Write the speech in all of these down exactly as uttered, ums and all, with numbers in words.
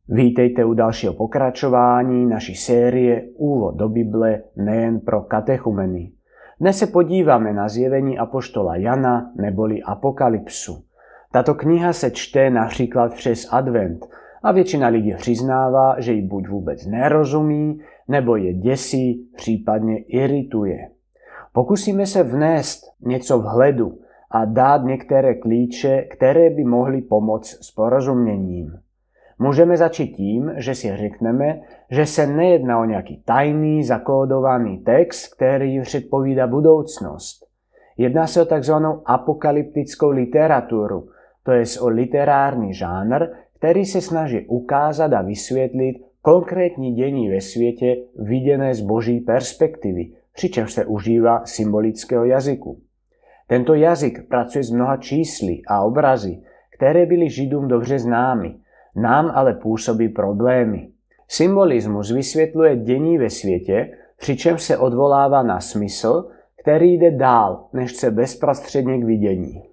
Vítejte u dalšího pokračování naší série Úvod do Bible nejen pro katechumeny. Dnes se podíváme na zjevení apoštola Jana neboli Apokalypsu. Tato kniha se čte například přes advent a většina lidí přiznává, že ji buď vůbec nerozumí, nebo je děsí, případně irituje. Pokusíme se vnést něco vhledu a dát některé klíče, které by mohly pomoct s porozuměním. Můžeme začít tím, že si řekneme, že se nejedná o nějaký tajný, zakódovaný text, který předpovídá budoucnost. Jedná se o takzvanou apokalyptickou literaturu, to je o literární žánr, který se snaží ukázat a vysvětlit konkrétní dění ve světě viděné z boží perspektivy, přičemž se užívá symbolického jazyku. Tento jazyk pracuje s mnoha čísly a obrazy, které byly Židům dobře známy. Nám ale působí problémy. Symbolismus vysvětluje dění ve světě, přičemž se odvolává na smysl, který jde dál, než se bezprostředně k vidění.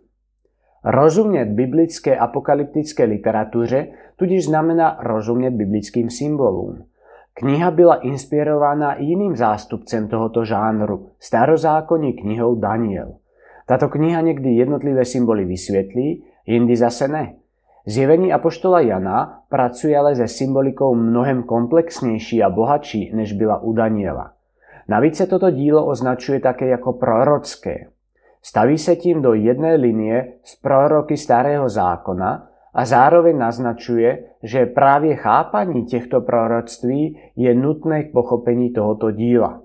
Rozumět biblické apokalyptické literatuře tudíž znamená rozumět biblickým symbolům. Kniha byla inspirována jiným zástupcem tohoto žánru, starozákonní knihou Daniel. Tato kniha někdy jednotlivé symboly vysvětlí, jindy zase ne. Zjevení apoštola Jana pracuje ale se symbolikou mnohem komplexnější a bohatší, než byla u Daniela. Navíc se toto dílo označuje také jako prorocké. Staví se tím do jedné linie s proroky Starého zákona a zároveň naznačuje, že právě chápaní těchto proroctví je nutné k pochopení tohoto díla.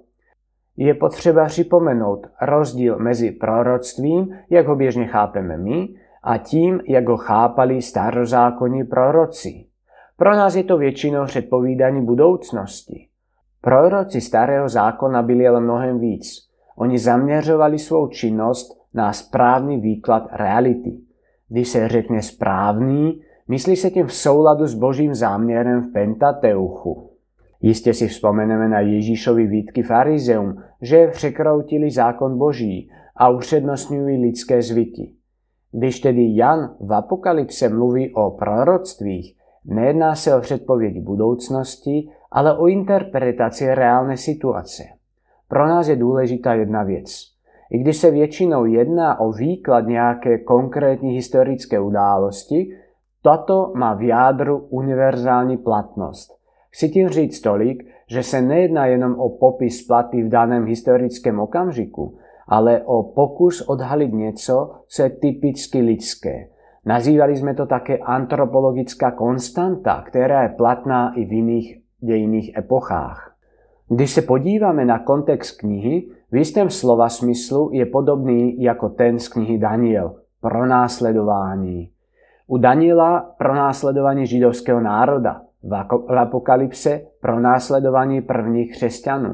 Je potřeba připomenout rozdíl mezi proroctvím, jak ho běžně chápeme my, a tím, jak ho chápali starozákonní proroci. Pro nás je to většinou předpovídání budoucnosti. Proroci Starého zákona byli ale mnohem víc. Oni zaměřovali svou činnost na správný výklad reality. Když se řekne správný, myslí se tím v souladu s božím záměrem v Pentateuchu. Jistě si vzpomeneme na Ježíšovi výtky farizeum, že překroutili zákon boží a upřednostňují lidské zvyky. Když tedy Jan v Apokalypse mluví o proroctvích, nejedná se o předpověď budoucnosti, ale o interpretaci reálné situace. Pro nás je důležitá jedna věc. I když se většinou jedná o výklad nějaké konkrétní historické události, tato má v jádru univerzální platnost. Chci tím říct tolik, že se nejedná jenom o popis platy v daném historickém okamžiku, ale o pokus odhalit něco, co je typicky lidské. Nazývali jsme to také antropologická konstanta, která je platná i v jiných dějinných epochách. Když se podíváme na kontext knihy, v jistém slova smyslu je podobný jako ten z knihy Daniel, pronásledování. U Daniela pronásledování židovského národa, v Apokalypse pronásledování prvních křesťanů.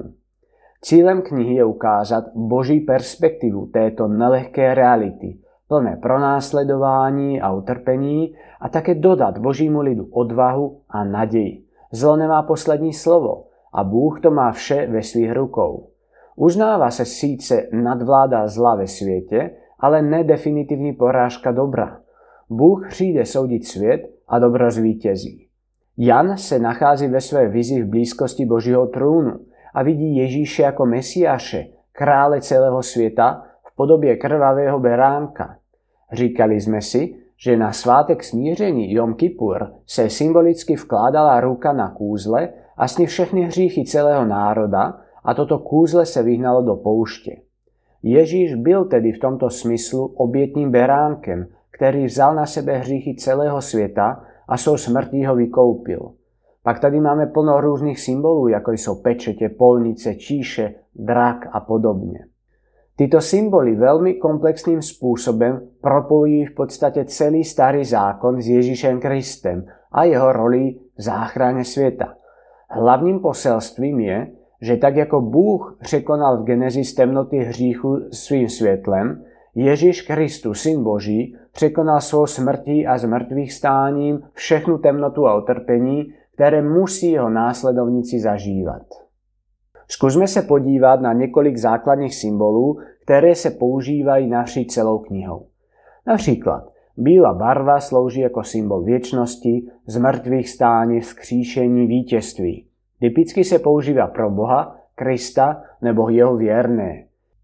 Cílem knihy je ukázat boží perspektivu této nelehké reality, plné pronásledování a utrpení a také dodat božímu lidu odvahu a naději. Zlo nemá poslední slovo a Bůh to má vše ve svých rukou. Uznává se sice nadvláda zla ve světě, ale ne definitivní porážka dobra. Bůh přijde soudit svět a dobro zvítězí. Jan se nachází ve své vizi v blízkosti božího trůnu a vidí Ježíše jako Mesiáše, krále celého světa v podobě krvavého beránka. Říkali jsme si, že na svátek smíření Jom Kippur se symbolicky vkládala ruka na kůzle a s ní všechny hříchy celého národa a toto kůzle se vyhnalo do pouště. Ježíš byl tedy v tomto smyslu obětním beránkem, který vzal na sebe hříchy celého světa a svou smrtí ho vykoupil. Pak tady máme plno různých symbolů, jako jsou pečetě, polnice, číše, drak a podobně. Tyto symboly velmi komplexním způsobem propojují v podstatě celý starý zákon s Ježíšem Kristem a jeho roli v záchraně světa. Hlavním poselstvím je, že tak jako Bůh překonal v Genesis temnoty hříchu svým světlem, Ježíš Kristus, Syn Boží, překonal svou smrtí a zmrtvých stáním všechnu temnotu a utrpení, které musí jeho následovníci zažívat. Zkusme se podívat na několik základních symbolů, které se používají napříč celou knihou. Například Bílá barva slouží jako symbol věčnosti, zmrtvých stání, vzkříšení, vítězství. Typicky se používá pro Boha, Krista nebo jeho věrné.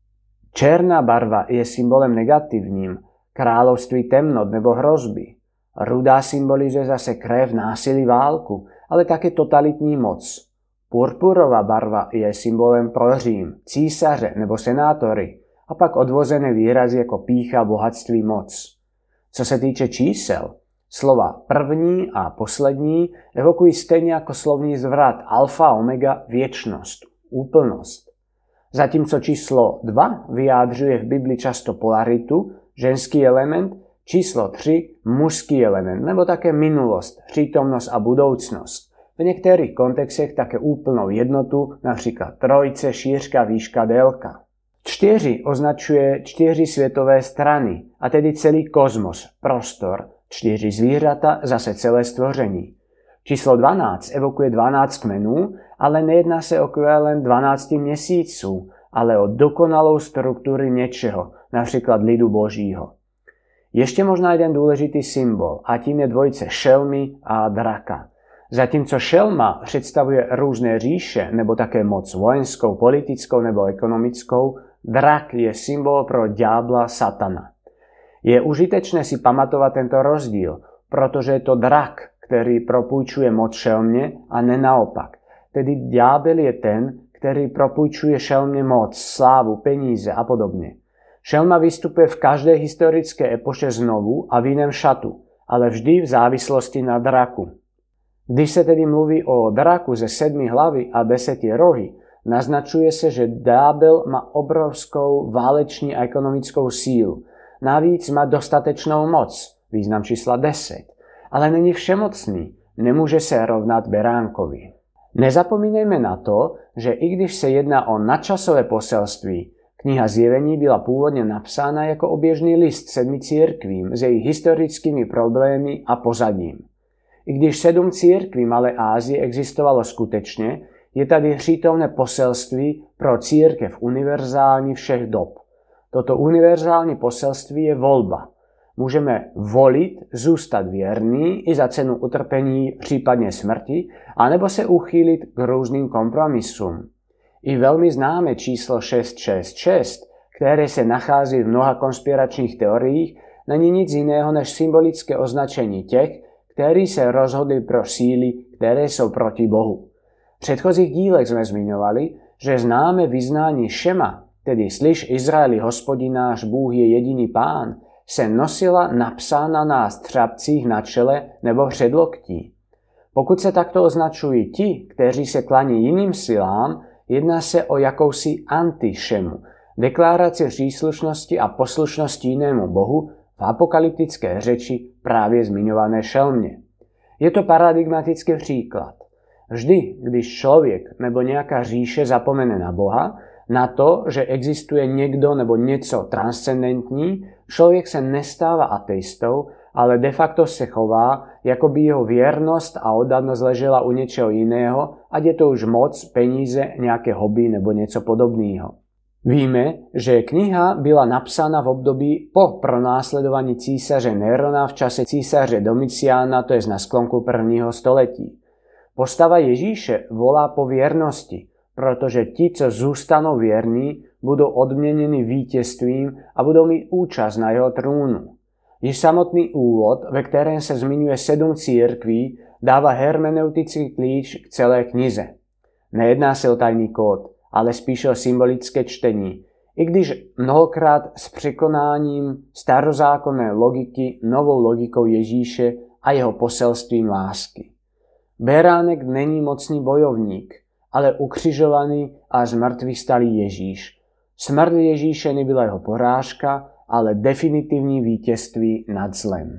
Černá barva je symbolem negativním, království temnot nebo hrozby. Rudá symbolizuje zase krev, násilí, válku, ale také totalitní moc. Purpurová barva je symbolem pro Řím, císaře nebo senátory a pak odvozené výrazy jako pýcha, bohatství, moc. Co se týče čísel, slova první a poslední evokují stejně jako slovní zvrat alfa, omega, věčnost, úplnost. Zatímco číslo dva vyjádřuje v Bibli často polaritu, ženský element, číslo tři mužský element, nebo také minulost, přítomnost a budoucnost. V některých kontextech také úplnou jednotu, například trojce, šířka, výška, délka. Čtyři označuje čtyři světové strany, a tedy celý kosmos, prostor, čtyři zvířata, zase celé stvoření. Číslo dvanáct evokuje dvanáct kmenů, ale nejedná se o ekvivalent dvanácti měsíců, ale o dokonalou strukturu něčeho, například lidu božího. Ještě možná jeden důležitý symbol, a tím je dvojice šelmy a draka. Zatímco šelma představuje různé říše, nebo také moc vojenskou, politickou nebo ekonomickou, drak je symbol pro ďábla satana. Je užitečné si pamatovat tento rozdíl, protože je to drak, který propůjčuje moc šelmě a ne naopak. Tedy ďábel je ten, který propůjčuje šelmě moc, slávu, peníze a podobně. Šelma vystupuje v každé historické epoše znovu a v jiném šatu, ale vždy v závislosti na draku. Když se tedy mluví o draku ze sedmi hlavy a deseti rohy, naznačuje se, že ďábel má obrovskou váleční a ekonomickou sílu. Navíc má dostatečnou moc, význam čísla deset, ale není všemocný, nemůže se rovnat beránkovi. Nezapomínejme na to, že i když se jedná o nadčasové poselství, kniha Zjevení byla původně napsána jako oběžný list sedmi církvím s jejich historickými problémy a pozadím. I když sedm církví Malé Ázie existovalo skutečně, je tady přítomné poselství pro církev univerzální všech dob. Toto univerzální poselství je volba. Můžeme volit zůstat věrný i za cenu utrpení, případně smrti, anebo se uchýlit k různým kompromisům. I velmi známé číslo šest šest šest, které se nachází v mnoha konspiračních teoriích, není nic jiného než symbolické označení těch, kteří se rozhodli pro síly, které jsou proti Bohu. V předchozích dílech jsme zmiňovali, že známe vyznání Šema, tedy slyš Izraeli, Hospodin náš Bůh je jediný Pán, se nosila napsána na střapcích na čele nebo předloktí. Pokud se takto označují ti, kteří se klaní jiným silám, jedná se o jakousi antišemu, deklaraci příslušnosti a poslušnosti jinému Bohu v apokalyptické řeči právě zmiňované šelmě. Je to paradigmatický příklad. Vždy, když člověk nebo nějaká říše zapomene na Boha, na to, že existuje někdo nebo něco transcendentní, člověk se nestává ateistou, ale de facto se chová, jako by jeho věrnost a oddanost ležela u něčeho jiného, ať je to už moc, peníze, nějaké hobby nebo něco podobného. Víme, že kniha byla napsána v období po pronásledování císaře Nerona v čase císaře Domiciána, to je na sklonku prvního století. Postava Ježíše volá po věrnosti, protože ti, co zůstanou věrní, budou odměněni vítězstvím a budou mít účast na jeho trůnu. Již samotný úvod, ve kterém se zmiňuje sedm církví, dává hermeneutický klíč k celé knize. Nejedná se o tajný kód, ale spíše o symbolické čtení, i když mnohokrát s překonáním starozákonné logiky novou logikou Ježíše a jeho poselstvím lásky. Beránek není mocný bojovník, ale ukřižovaný a z mrtvých stalý Ježíš. Smrt Ježíše nebyla jeho porážka, ale definitivní vítězství nad zlem.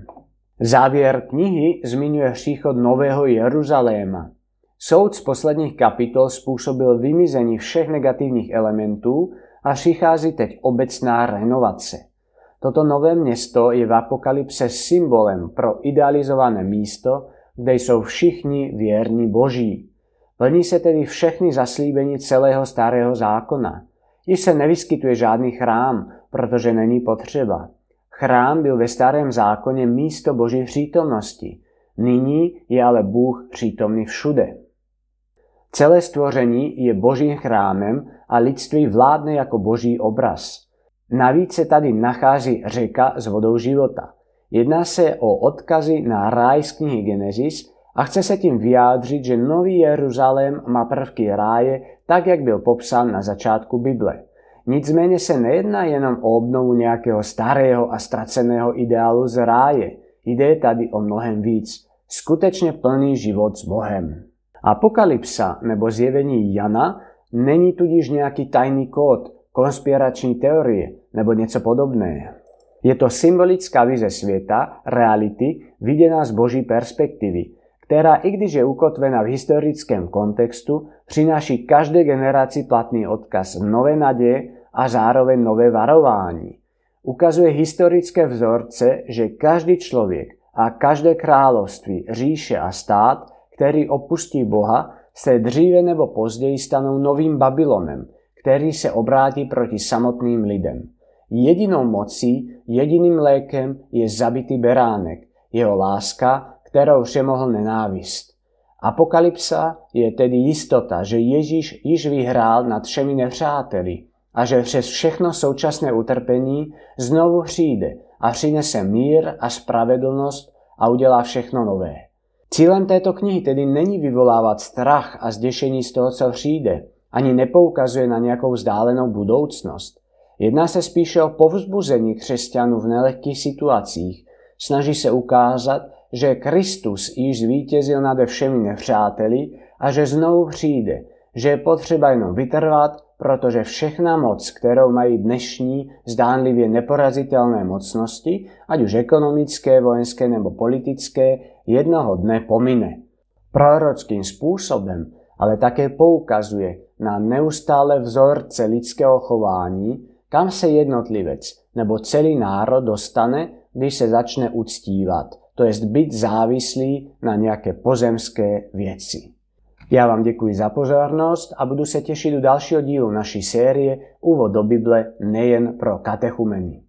Závěr knihy zmiňuje příchod nového Jeruzaléma. Soud z posledních kapitol způsobil vymizení všech negativních elementů a přichází teď obecná renovace. Toto nové město je v apokalypse symbolem pro idealizované místo, kde jsou všichni věrní Boží. Plní se tedy všechny zaslíbení celého starého zákona. Již se nevyskytuje žádný chrám, protože není potřeba. Chrám byl ve starém zákoně místo Boží přítomnosti. Nyní je ale Bůh přítomný všude. Celé stvoření je Božím chrámem a lidství vládne jako Boží obraz. Navíc se tady nachází řeka s vodou života. Jedná se o odkazy na ráj z knihy Genesis a chce se tím vyjádřit, že Nový Jeruzalém má prvky ráje tak, jak byl popsán na začátku Bible. Nicméně se nejedná jenom o obnovu nějakého starého a ztraceného ideálu z ráje. Jde tady o mnohem víc. Skutečně plný život s Bohem. Apokalypsa nebo zjevení Jana není tudíž nějaký tajný kód, konspirační teorie nebo něco podobného. Je to symbolická vize světa, reality, viděná z Boží perspektivy, která i když je ukotvena v historickém kontextu, přináší každé generaci platný odkaz nové naděje a zároveň nové varování. Ukazuje historické vzorce, že každý člověk a každé království, říše a stát, který opustí Boha, se dříve nebo později stanou novým Babylonem, který se obrátí proti samotným lidem. Jedinou mocí, jediným lékem je zabitý beránek, jeho láska, kterou přemohl nenávist. Apokalypsa je tedy jistota, že Ježíš již vyhrál nad všemi nepřáteli a že přes všechno současné utrpení znovu přijde a přinese mír a spravedlnost a udělá všechno nové. Cílem této knihy tedy není vyvolávat strach a zděšení z toho, co přijde, ani nepoukazuje na nějakou vzdálenou budoucnost. Jedná se spíše o povzbuzení křesťanů v nelehkých situacích. Snaží se ukázat, že Kristus již zvítězil nade všemi nepřáteli a že znovu přijde, že je potřeba jenom vytrvat, protože všechna moc, kterou mají dnešní zdánlivě neporazitelné mocnosti, ať už ekonomické, vojenské nebo politické, jednoho dne pomine. Prorockým způsobem ale také poukazuje na neustále vzorce lidského chování, kam se jednotlivec nebo celý národ dostane, když se začne uctívat, to jest být závislý na nějaké pozemské věci. Já vám děkuji za pozornost a budu se těšit u dalšího dílu naší série Úvod do Bible nejen pro katechumeny.